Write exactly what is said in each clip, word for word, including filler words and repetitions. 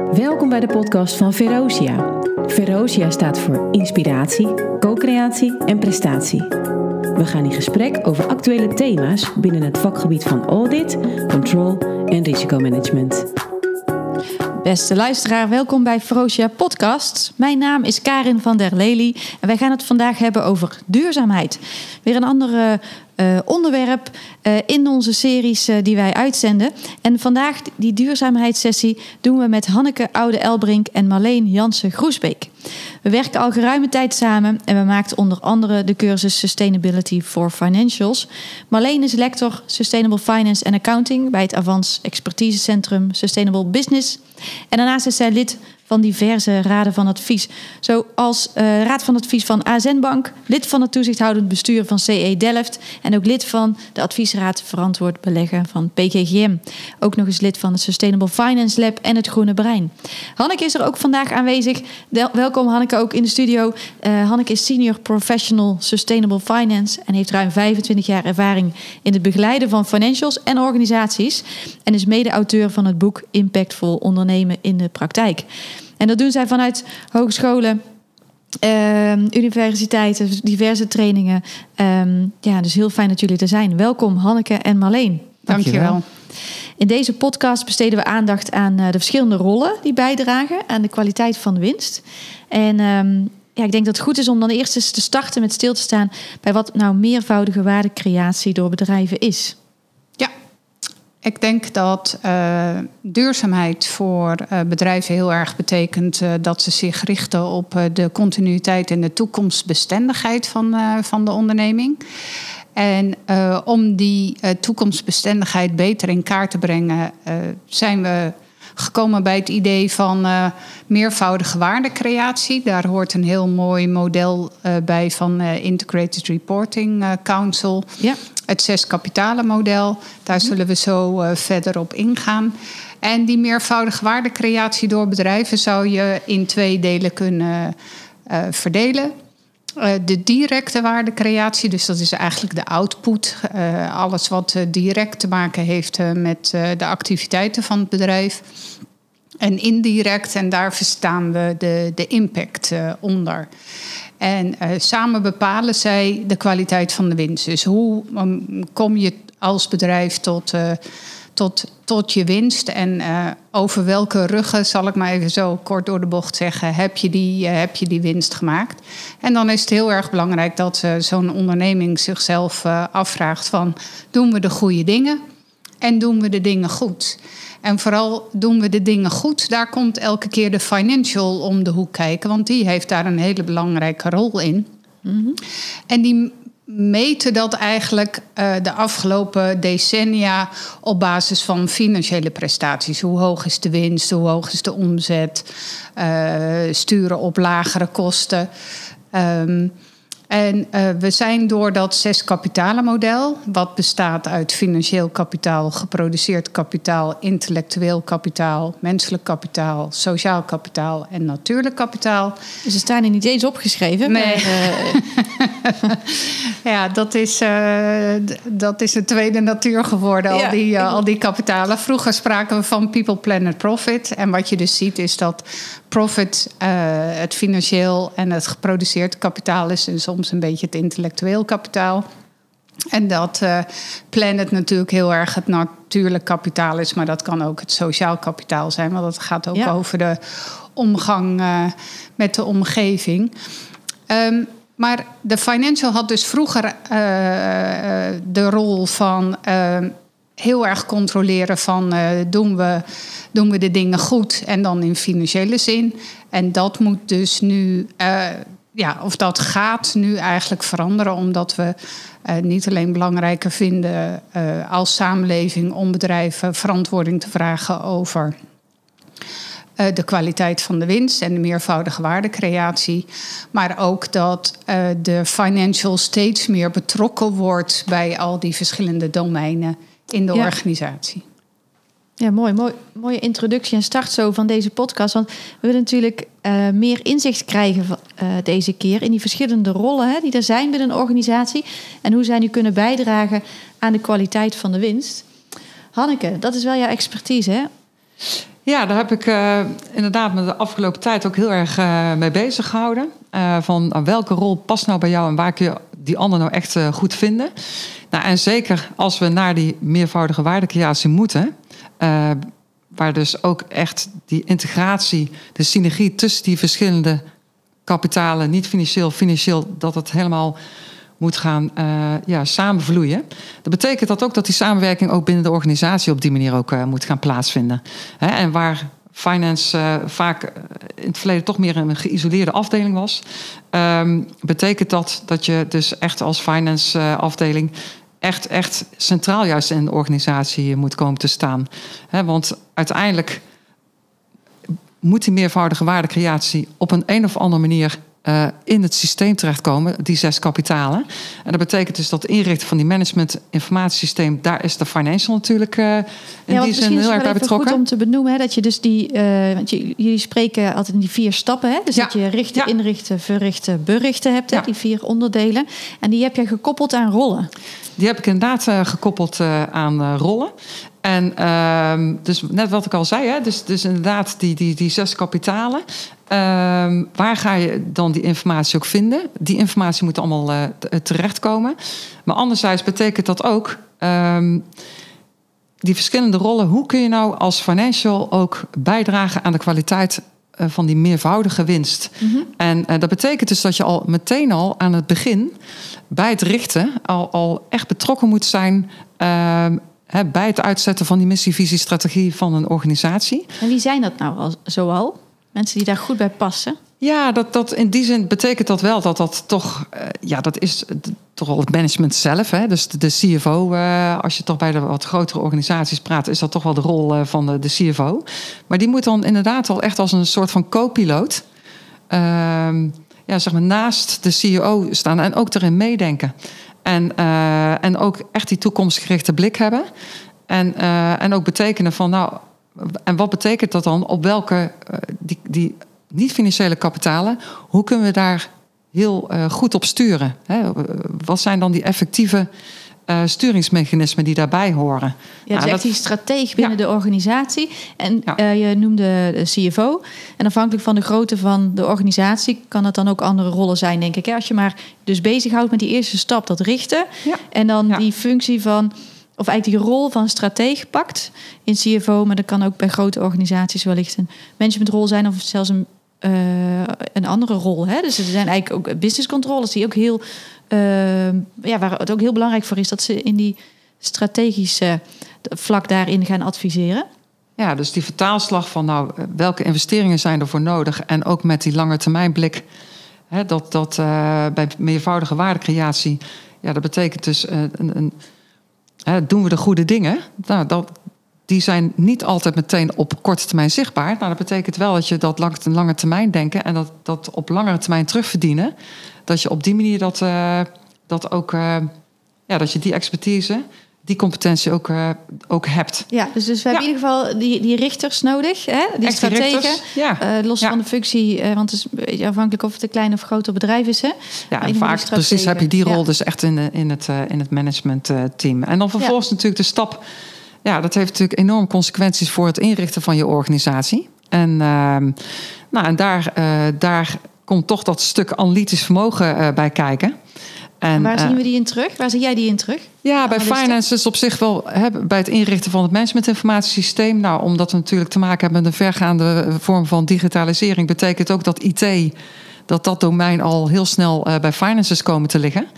Welkom bij de podcast van Verosia. Verosia staat voor inspiratie, co-creatie en prestatie. We gaan in gesprek over actuele thema's binnen het vakgebied van audit, control en risicomanagement. Beste luisteraar, welkom bij Verosia Podcast. Mijn naam is Karin van der Lely en wij gaan het vandaag hebben over duurzaamheid. Weer een ander uh, onderwerp uh, in onze series uh, die wij uitzenden. En vandaag die duurzaamheidssessie doen we met Hanneke Oude-Elbrink en Marleen Jansen-Groesbeek. We werken al geruime tijd samen en we maakten onder andere de cursus Sustainability for Financials. Marleen is lector Sustainable Finance and Accounting bij het Avans Expertisecentrum Sustainable Business. En daarnaast is zij lid van diverse raden van advies, zoals uh, Raad van Advies van A S N Bank, lid van het toezichthoudend bestuur van C E Delft en ook lid van de adviesraad Verantwoord Beleggen van P G G M. Ook nog eens lid van het Sustainable Finance Lab en het Groene Brein. Hanneke is er ook vandaag aanwezig. Del- welkom Hanneke ook in de studio. Uh, Hanneke is Senior Professional Sustainable Finance en heeft ruim vijfentwintig jaar ervaring in het begeleiden van financials en organisaties en is mede-auteur van het boek Impactvol ondernemen in de praktijk. En dat doen zij vanuit hogescholen, uh, universiteiten, diverse trainingen. Um, ja, dus heel fijn dat jullie er zijn. Welkom Hanneke en Marleen. Dankjewel. In deze podcast besteden we aandacht aan uh, de verschillende rollen die bijdragen aan de kwaliteit van de winst. En um, ja, ik denk dat het goed is om dan eerst eens te starten met stil te staan bij wat nou meervoudige waardecreatie door bedrijven is. Ik denk dat uh, duurzaamheid voor uh, bedrijven heel erg betekent uh, dat ze zich richten op uh, de continuïteit en de toekomstbestendigheid van, uh, van de onderneming. En uh, om die uh, toekomstbestendigheid beter in kaart te brengen, uh, zijn we gekomen bij het idee van uh, meervoudige waardecreatie. Daar hoort een heel mooi model uh, bij van uh, Integrated Reporting uh, Council. Ja. Het zes kapitalen model. Daar mm-hmm. zullen we zo uh, verder op ingaan. En die meervoudige waardecreatie door bedrijven zou je in twee delen kunnen uh, verdelen. Uh, de directe waardecreatie, dus dat is eigenlijk de output. Uh, alles wat uh, direct te maken heeft uh, met uh, de activiteiten van het bedrijf. En indirect, en daar verstaan we de, de impact uh, onder. En uh, samen bepalen zij de kwaliteit van de winst. Dus hoe um, kom je als bedrijf tot, uh, tot, tot je winst? En uh, over welke ruggen, zal ik maar even zo kort door de bocht zeggen, heb je die, uh, heb je die winst gemaakt? En dan is het heel erg belangrijk dat uh, zo'n onderneming zichzelf uh, afvraagt van, doen we de goede dingen en doen we de dingen goed? En vooral doen we de dingen goed, daar komt elke keer de financial om de hoek kijken, want die heeft daar een hele belangrijke rol in. Mm-hmm. En die meten dat eigenlijk uh, de afgelopen decennia op basis van financiële prestaties. Hoe hoog is de winst, hoe hoog is de omzet, uh, sturen op lagere kosten. Um, En uh, we zijn door dat zes kapitalenmodel, wat bestaat uit financieel kapitaal, geproduceerd kapitaal, intellectueel kapitaal, menselijk kapitaal, sociaal kapitaal en natuurlijk kapitaal. Dus ze staan er niet eens opgeschreven. Nee. Maar, uh... ja, dat is, uh, dat is een tweede natuur geworden, al, ja, die, uh, al die kapitalen. Vroeger spraken we van people, planet, profit. En wat je dus ziet is dat profit, uh, het financieel en het geproduceerd kapitaal is en soms een beetje het intellectueel kapitaal. En dat uh, planet natuurlijk heel erg het natuurlijk kapitaal is, maar dat kan ook het sociaal kapitaal zijn, want dat gaat ook ja. over de omgang uh, met de omgeving. Um, maar de financial had dus vroeger uh, de rol van uh, heel erg controleren van uh, doen we, doen we de dingen goed en dan in financiële zin. En dat moet dus nu, uh, ja, of dat gaat nu eigenlijk veranderen, omdat we uh, niet alleen belangrijker vinden uh, als samenleving om bedrijven verantwoording te vragen over uh, de kwaliteit van de winst en de meervoudige waardecreatie. Maar ook dat uh, de financial steeds meer betrokken wordt bij al die verschillende domeinen in de ja. organisatie. Ja, mooi, mooi. Mooie introductie en start zo van deze podcast. Want we willen natuurlijk uh, meer inzicht krijgen uh, deze keer in die verschillende rollen hè, die er zijn binnen een organisatie. En hoe zij nu kunnen bijdragen aan de kwaliteit van de winst. Hanneke, dat is wel jouw expertise, hè? Ja, daar heb ik uh, inderdaad me de afgelopen tijd ook heel erg uh, mee bezig gehouden. Uh, van uh, welke rol past nou bij jou en waar kun je die ander nou echt uh, goed vinden? Nou, en zeker als we naar die meervoudige waardecreatie moeten, uh, waar dus ook echt die integratie, de synergie tussen die verschillende kapitalen, niet financieel, financieel, dat het helemaal moet gaan uh, ja, samenvloeien. Dat betekent dat ook dat die samenwerking ook binnen de organisatie op die manier ook uh, moet gaan plaatsvinden. Hè, en waar finance uh, vaak in het verleden toch meer een geïsoleerde afdeling was, um, betekent dat dat je dus echt als finance uh, afdeling echt, echt centraal juist in de organisatie moet komen te staan. Hè, want uiteindelijk moet die meervoudige waardecreatie op een een of andere manier Uh, in het systeem terechtkomen, die zes kapitalen. En dat betekent dus dat het inrichten van die management informatiesysteem, daar is de financial natuurlijk uh, in ja, die zin heel erg bij betrokken. Goed om te benoemen, hè, dat je dus die, uh, want je, jullie spreken altijd in die vier stappen, hè? Dus ja. dat je richten, ja. inrichten, verrichten, berichten hebt, hè? Ja. Die vier onderdelen. En die heb je gekoppeld aan rollen. Die heb ik inderdaad uh, gekoppeld uh, aan uh, rollen. En uh, dus net wat ik al zei, hè, dus, dus inderdaad die, die, die zes kapitalen. Uh, waar ga je dan die informatie ook vinden? Die informatie moet allemaal uh, terechtkomen. Maar anderzijds betekent dat ook Um, die verschillende rollen. Hoe kun je nou als financial ook bijdragen aan de kwaliteit uh, van die meervoudige winst? Mm-hmm. En uh, dat betekent dus dat je al meteen al aan het begin bij het richten al, al echt betrokken moet zijn Uh, He, bij het uitzetten van die missie, visie, strategie van een organisatie. En wie zijn dat nou al, zoal? Mensen die daar goed bij passen? Ja, dat, dat in die zin betekent dat wel dat dat toch, uh, ja, dat is uh, toch wel het management zelf. Hè? Dus de, de C F O, uh, als je toch bij de wat grotere organisaties praat, is dat toch wel de rol uh, van de, de C F O. Maar die moet dan inderdaad al echt als een soort van co-piloot Uh, ja, zeg maar naast de C E O staan en ook erin meedenken. En, uh, en ook echt die toekomstgerichte blik hebben. En, uh, en ook betekenen van, nou, en wat betekent dat dan? Op welke, uh, die, die niet-financiële kapitalen, hoe kunnen we daar heel uh, goed op sturen? Hè? Wat zijn dan die effectieve uh, sturingsmechanismen die daarbij horen? Ja, dus nou, echt die strateeg binnen ja. de organisatie. En ja. uh, je noemde de C F O. En afhankelijk van de grootte van de organisatie kan het dan ook andere rollen zijn, denk ik. Als je maar dus bezighoudt met die eerste stap, dat richten. Ja. En dan ja. die functie van, of eigenlijk die rol van strateeg pakt in C F O. Maar dat kan ook bij grote organisaties wellicht een managementrol zijn of zelfs een, uh, een andere rol. Hè? Dus er zijn eigenlijk ook business controllers die ook heel Uh, ja, waar het ook heel belangrijk voor is dat ze in die strategische vlak daarin gaan adviseren. Ja, dus die vertaalslag van nou, welke investeringen zijn er voor nodig en ook met die lange termijn blik, hè, dat, dat uh, bij meervoudige waardecreatie, ja, dat betekent dus uh, een, een, hè, doen we de goede dingen? Nou, dat, die zijn niet altijd meteen op korte termijn zichtbaar. Nou, dat betekent wel dat je dat lang, lange termijn denken en dat, dat op langere termijn terugverdienen, dat je op die manier dat, uh, dat ook, uh, ja, dat je die expertise, die competentie ook, uh, ook hebt. Ja, dus, dus we ja. hebben in ieder geval die, die richters nodig, hè? Die echt strategen, ja. uh, los ja. van de functie, uh, want het is een beetje afhankelijk of het een klein of groter bedrijf is, hè? Ja, en vaak precies heb je die rol ja. dus echt in, de, in het, uh, in het managementteam. En dan vervolgens ja. natuurlijk de stap. Ja, dat heeft natuurlijk enorm consequenties voor het inrichten van je organisatie. En, uh, nou, en daar, uh, daar komt toch dat stuk analytisch vermogen uh, bij kijken. En, en waar zien we die in terug? Waar zie jij die in terug? Ja, bij finance is op zich wel hè, bij het inrichten van het managementinformatiesysteem. Nou, omdat we natuurlijk te maken hebben met een vergaande vorm van digitalisering, betekent ook dat I T, dat dat domein al heel snel uh, bij finance is komen te liggen.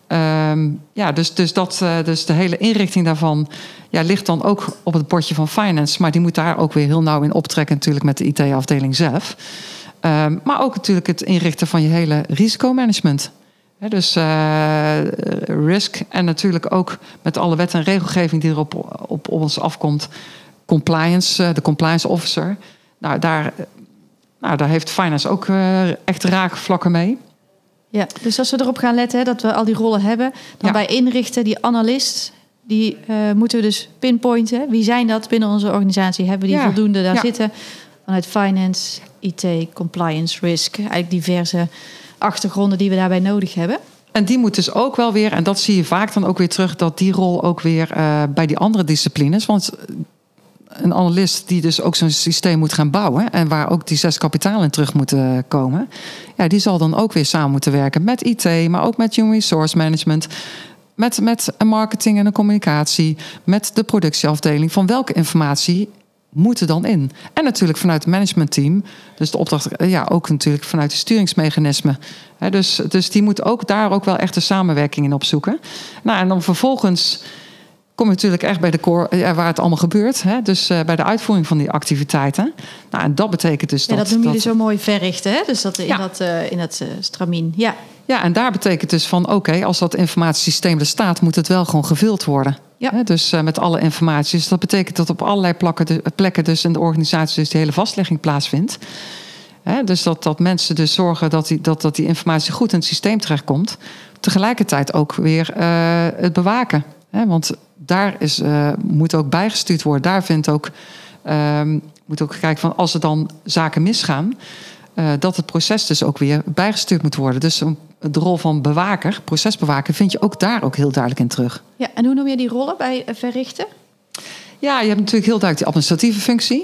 Um, ja, dus, dus, dat, uh, dus de hele inrichting daarvan ja, ligt dan ook op het bordje van finance. Maar die moet daar ook weer heel nauw in optrekken natuurlijk met de I T-afdeling zelf. Um, maar ook natuurlijk het inrichten van je hele risicomanagement. He, dus uh, risk en natuurlijk ook met alle wet en regelgeving die er op, op, op ons afkomt. Compliance, uh, de compliance officer. Nou, daar, nou, daar heeft finance ook uh, echt raakvlakken mee. Ja, dus als we erop gaan letten hè, dat we al die rollen hebben, dan ja. bij inrichten, die analist, die uh, moeten we dus pinpointen. Wie zijn dat binnen onze organisatie? Hebben we die ja. voldoende daar ja. zitten? Vanuit finance, I T, compliance, risk, eigenlijk diverse achtergronden die we daarbij nodig hebben. En die moet dus ook wel weer, en dat zie je vaak dan ook weer terug, dat die rol ook weer uh, bij die andere disciplines, want een analist die dus ook zo'n systeem moet gaan bouwen en waar ook die zes kapitaal in terug moeten komen, ja, die zal dan ook weer samen moeten werken met I T, maar ook met Human Resource Management, met, met een marketing en een communicatie, met de productieafdeling, van welke informatie moet er dan in? En natuurlijk vanuit het managementteam, dus de opdracht, ja, ook natuurlijk vanuit de sturingsmechanismen. He, dus, dus die moet ook daar ook wel echt de samenwerking in opzoeken. Nou, en dan vervolgens kom je natuurlijk echt bij de core, ja, waar het allemaal gebeurt. Hè? Dus uh, bij de uitvoering van die activiteiten. Nou, en dat betekent dus ja, dat... dat noemen jullie dat, zo mooi verrichten, hè? Dus dat in ja. dat, uh, in dat uh, stramien. Ja. ja, en daar betekent dus van, oké, okay, als dat informatiesysteem er staat, moet het wel gewoon gevuld worden. Ja. Hè? Dus uh, met alle informatie. Dus dat betekent dat op allerlei plekken, de, plekken dus in de organisatie dus die hele vastlegging plaatsvindt. Hè? Dus dat, dat mensen dus zorgen dat die, dat, dat die informatie goed in het systeem terechtkomt. Tegelijkertijd ook weer uh, het bewaken. Hè? Want daar is, uh, moet ook bijgestuurd worden. Daar vindt ook, uh, moet ook kijken van als er dan zaken misgaan, uh, dat het proces dus ook weer bijgestuurd moet worden. Dus um, de rol van bewaker, procesbewaker, vind je ook daar ook heel duidelijk in terug. Ja, en hoe noem je die rollen bij uh, verrichten? Ja, je hebt natuurlijk heel duidelijk die administratieve functie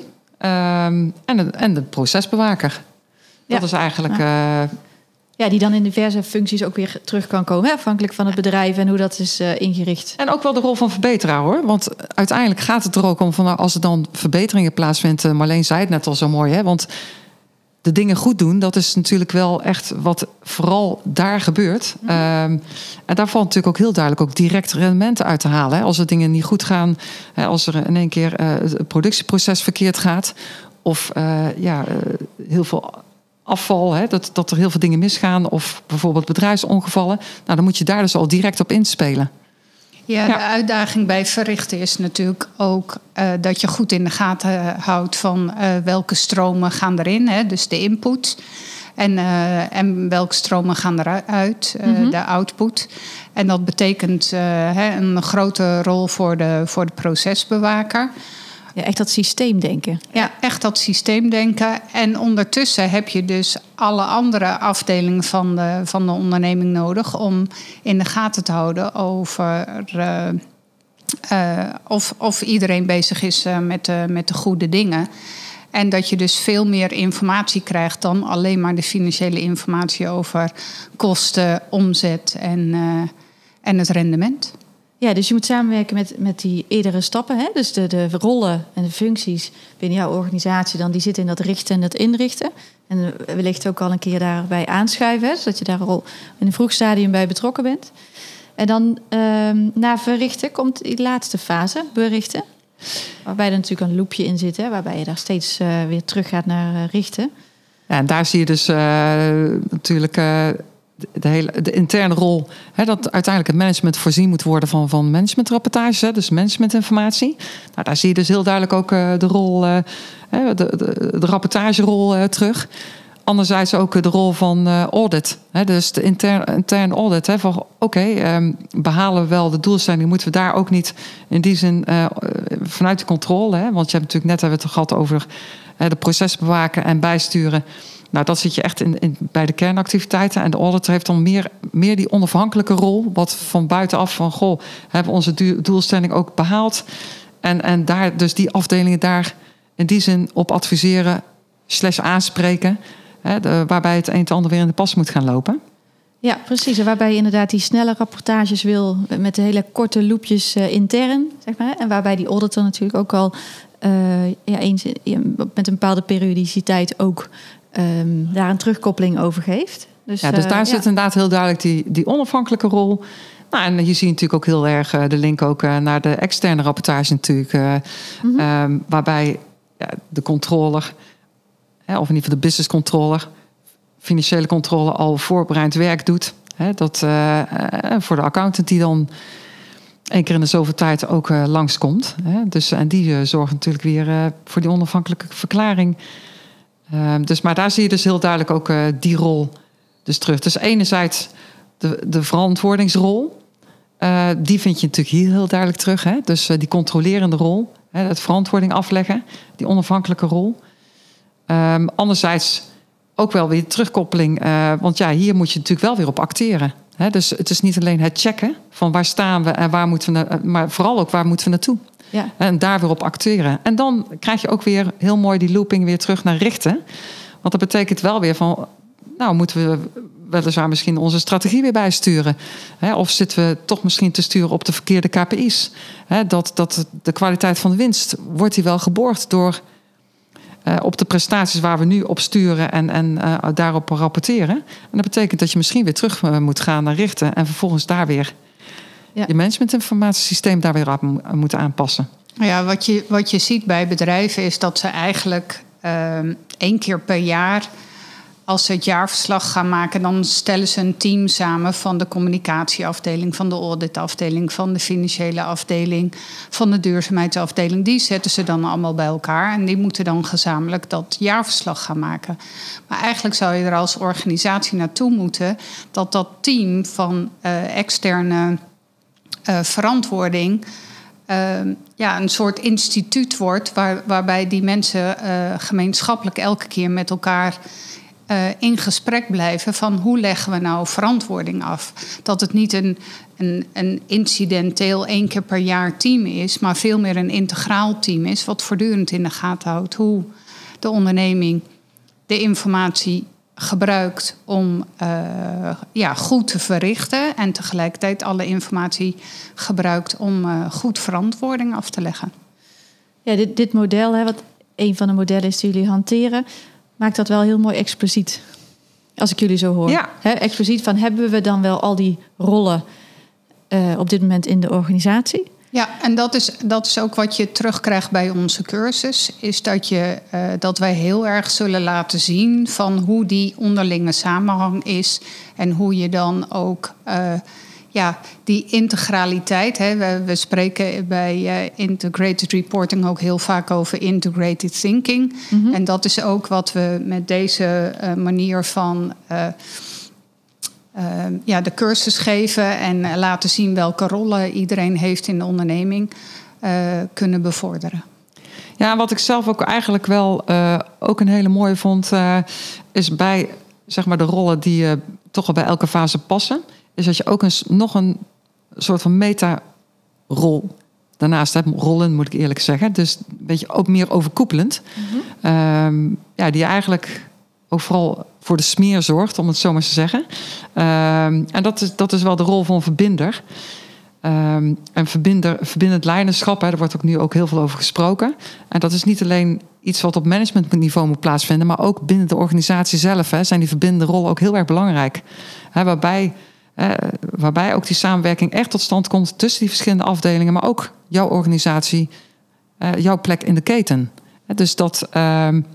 um, en, de, en de procesbewaker. Dat ja. is eigenlijk. Uh, Ja, die dan in diverse functies ook weer terug kan komen, hè? Afhankelijk van het bedrijf en hoe dat is uh, ingericht. En ook wel de rol van verbeteraar, hoor. Want uiteindelijk gaat het er ook om van, nou, als er dan verbeteringen plaatsvindt. Uh, Marleen zei het net al zo mooi, hè? Want de dingen goed doen, dat is natuurlijk wel echt wat vooral daar gebeurt. Mm-hmm. Um, en daar valt natuurlijk ook heel duidelijk ook direct rendementen uit te halen. Hè? Als er dingen niet goed gaan, hè? Als er in één keer uh, het productieproces verkeerd gaat, of uh, ja, uh, heel veel afval, hè, dat, dat er heel veel dingen misgaan, of bijvoorbeeld bedrijfsongevallen. Nou, dan moet je daar dus al direct op inspelen. Ja, ja. De uitdaging bij verrichten is natuurlijk ook uh, dat je goed in de gaten houdt van uh, welke stromen gaan erin, hè, dus de input. En, uh, en welke stromen gaan eruit, uh, mm-hmm. de output. En dat betekent uh, hè, een grote rol voor de, voor de procesbewaker. Ja, echt dat systeemdenken. Ja, echt dat systeemdenken. En ondertussen heb je dus alle andere afdelingen van de, van de onderneming nodig om in de gaten te houden over uh, uh, of, of iedereen bezig is uh, met, de, met de goede dingen. En dat je dus veel meer informatie krijgt dan alleen maar de financiële informatie over kosten, omzet en, uh, en het rendement. Ja, dus je moet samenwerken met, met die eerdere stappen. Hè? Dus de, de rollen en de functies binnen jouw organisatie, dan die zitten in dat richten en dat inrichten. En wellicht ook al een keer daarbij aanschuiven, hè? Zodat je daar al in een vroeg stadium bij betrokken bent. En dan um, na verrichten komt die laatste fase, berichten. Waarbij er natuurlijk een loopje in zit, hè? Waarbij je daar steeds uh, weer terug gaat naar uh, richten. Ja, en daar zie je dus uh, natuurlijk Uh... De, hele, de interne rol, hè, dat uiteindelijk het management voorzien moet worden van, van managementrapportages, hè, dus managementinformatie. Nou, daar zie je dus heel duidelijk ook uh, de rol, uh, de, de, de rapportagerol uh, terug. Anderzijds ook uh, de rol van uh, audit, hè, dus de interne intern audit. Hè, van oké, okay, um, behalen we wel de doelstelling, moeten we daar ook niet in die zin uh, vanuit de controle, hè, want je hebt natuurlijk net hebben we het gehad over uh, de proces bewaken en bijsturen. Nou, dat zit je echt in, in, bij de kernactiviteiten. En de auditor heeft dan meer, meer die onafhankelijke rol. Wat van buitenaf van, goh, hebben we onze du- doelstelling ook behaald. En, en daar dus die afdelingen daar in die zin op adviseren, slash aanspreken. Hè, de, waarbij het een en ander weer in de pas moet gaan lopen. Ja, precies. En waarbij je inderdaad die snelle rapportages wil met de hele korte loopjes uh, intern, zeg maar. En waarbij die auditor natuurlijk ook al uh, ja, eens, ja, met een bepaalde periodiciteit ook Um, daar een terugkoppeling over geeft. Dus, ja, dus daar uh, zit ja. inderdaad heel duidelijk die, die onafhankelijke rol. Nou, en je ziet natuurlijk ook heel erg uh, de link ook uh, naar de externe rapportage natuurlijk. Uh, mm-hmm. um, waarbij ja, de controller, hè, of in ieder geval de business controller, financiële controle al voorbereid werk doet. Hè, dat uh, uh, voor de accountant die dan één keer in de zoveel tijd ook uh, langskomt. Hè, dus, en die uh, zorgt natuurlijk weer uh, voor die onafhankelijke verklaring. Uh, dus, maar daar zie je dus heel duidelijk ook uh, die rol dus terug. Dus enerzijds de, de verantwoordingsrol. Uh, die vind je natuurlijk hier heel duidelijk terug. Hè? Dus uh, die controlerende rol. Hè? Het verantwoording afleggen. Die onafhankelijke rol. Um, anderzijds ook wel weer terugkoppeling. Uh, want ja, hier moet je natuurlijk wel weer op acteren. He, dus het is niet alleen het checken van waar staan we en waar moeten we, na- maar vooral ook waar moeten we naartoe. Ja. En daar weer op acteren. En dan krijg je ook weer heel mooi die looping weer terug naar richten. Want dat betekent wel weer van, nou moeten we weliswaar misschien onze strategie weer bijsturen. Hè, of zitten we toch misschien te sturen op de verkeerde K P I's. Hè, dat, dat de kwaliteit van de winst, wordt die wel geborgd door uh, op de prestaties waar we nu op sturen en, en uh, daarop rapporteren. En dat betekent dat je misschien weer terug uh, moet gaan naar richten en vervolgens daar weer Ja. je managementinformatiesysteem daar weer op moet aanpassen. Ja, wat je, wat je ziet bij bedrijven is dat ze eigenlijk uh, één keer per jaar, als ze het jaarverslag gaan maken, dan stellen ze een team samen van de communicatieafdeling, van de auditafdeling, van de financiële afdeling, van de duurzaamheidsafdeling. Die zetten ze dan allemaal bij elkaar en die moeten dan gezamenlijk dat jaarverslag gaan maken. Maar eigenlijk zou je er als organisatie naartoe moeten dat dat team van uh, externe uh, verantwoording Uh, ja, een soort instituut wordt waar, waarbij die mensen uh, gemeenschappelijk elke keer met elkaar uh, in gesprek blijven van hoe leggen we nou verantwoording af. Dat het niet een, een, een incidenteel één keer per jaar team is, maar veel meer een integraal team is wat voortdurend in de gaten houdt hoe de onderneming de informatie gebruikt om uh, ja, goed te verrichten en tegelijkertijd alle informatie gebruikt om uh, goed verantwoording af te leggen. Ja, dit, dit model, hè, wat een van de modellen is die jullie hanteren, maakt dat wel heel mooi expliciet. Als ik jullie zo hoor. Ja. Hè, expliciet van, hebben we dan wel al die rollen uh, op dit moment in de organisatie? Ja, en dat is, dat is ook wat je terugkrijgt bij onze cursus. Is dat, je, uh, dat wij heel erg zullen laten zien van hoe die onderlinge samenhang is. En hoe je dan ook uh, ja, die integraliteit. Hè, we, we spreken bij uh, integrated reporting ook heel vaak over integrated thinking. Mm-hmm. En dat is ook wat we met deze uh, manier van Uh, Uh, ja, de cursus geven en laten zien welke rollen iedereen heeft in de onderneming uh, kunnen bevorderen. Ja, wat ik zelf ook eigenlijk wel uh, ook een hele mooie vond, uh, is bij zeg maar de rollen die uh, toch al bij elke fase passen, is dat je ook een, nog een soort van meta-rol daarnaast hebt. Rollen, moet ik eerlijk zeggen. Dus een beetje ook meer overkoepelend. Mm-hmm. Um, ja, die eigenlijk ook vooral voor de smeer zorgt, om het zo maar te zeggen. Um, en dat is, dat is wel de rol van verbinder. Um, en verbinder, verbindend leiderschap, hè, daar wordt ook nu ook heel veel over gesproken. En dat is niet alleen iets wat op managementniveau moet plaatsvinden, maar ook binnen de organisatie zelf hè, zijn die verbindende rollen ook heel erg belangrijk. Hè, waarbij, hè, waarbij ook die samenwerking echt tot stand komt tussen die verschillende afdelingen, maar ook jouw organisatie, uh, jouw plek in de keten. Hè, dus dat Um,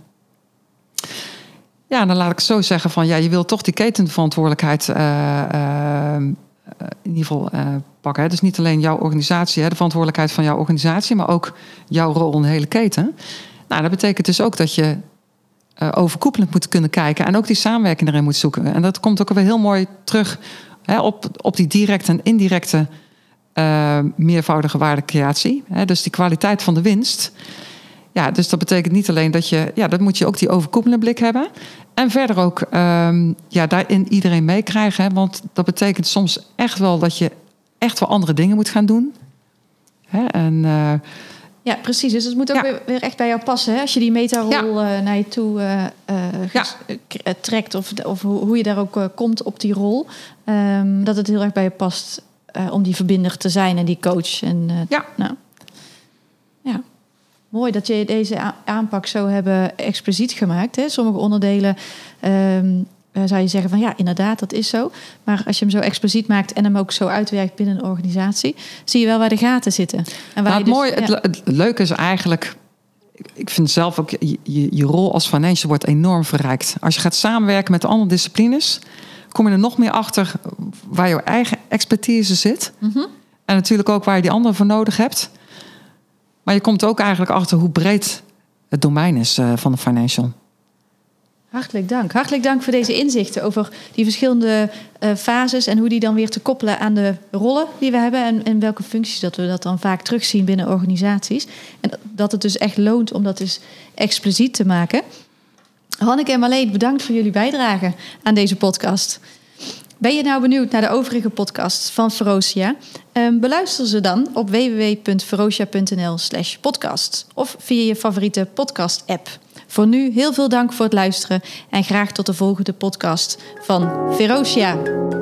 Ja, dan laat ik het zo zeggen van ja, je wil toch die ketenverantwoordelijkheid uh, uh, in ieder geval uh, pakken. Hè. Dus niet alleen jouw organisatie, hè, de verantwoordelijkheid van jouw organisatie, maar ook jouw rol in de hele keten. Nou, dat betekent dus ook dat je uh, overkoepelend moet kunnen kijken en ook die samenwerking erin moet zoeken. En dat komt ook weer heel mooi terug hè, op, op die directe en indirecte uh, meervoudige waardecreatie. Hè. Dus die kwaliteit van de winst. Ja, dus dat betekent niet alleen dat je, ja, dat moet je ook die overkoepelende blik hebben. En verder ook, um, ja, daarin iedereen meekrijgen. Hè, want dat betekent soms echt wel dat je echt wel andere dingen moet gaan doen. Hè, en, uh, ja, precies. Dus het moet ook ja. weer, weer echt bij jou passen. Hè? Als je die metarol ja. uh, naar je toe uh, uh, ja. trekt, of, of hoe je daar ook uh, komt op die rol, um, dat het heel erg bij je past uh, om die verbinder te zijn en die coach. En, uh, ja. Nou, ja. Mooi dat je deze aanpak zo hebben expliciet gemaakt. Hè? Sommige onderdelen um, zou je zeggen van ja, inderdaad, dat is zo. Maar als je hem zo expliciet maakt en hem ook zo uitwerkt binnen een organisatie, zie je wel waar de gaten zitten. En waar nou, je het, dus, mooie, ja. het, het leuke is eigenlijk, ik vind zelf ook, je, je, je rol als financial wordt enorm verrijkt. Als je gaat samenwerken met andere disciplines, kom je er nog meer achter waar je eigen expertise zit. Mm-hmm. En natuurlijk ook waar je die anderen voor nodig hebt. Maar je komt ook eigenlijk achter hoe breed het domein is uh, van de financial. Hartelijk dank. Hartelijk dank voor deze inzichten over die verschillende uh, fases en hoe die dan weer te koppelen aan de rollen die we hebben en, en welke functies dat we dat dan vaak terugzien binnen organisaties. En dat het dus echt loont om dat dus expliciet te maken. Hanneke en Marleen, bedankt voor jullie bijdrage aan deze podcast. Ben je nou benieuwd naar de overige podcasts van Ferocia? Um, beluister ze dan op w w w punt ferocia punt n l slash podcast of via je favoriete podcast-app. Voor nu heel veel dank voor het luisteren en graag tot de volgende podcast van Ferocia.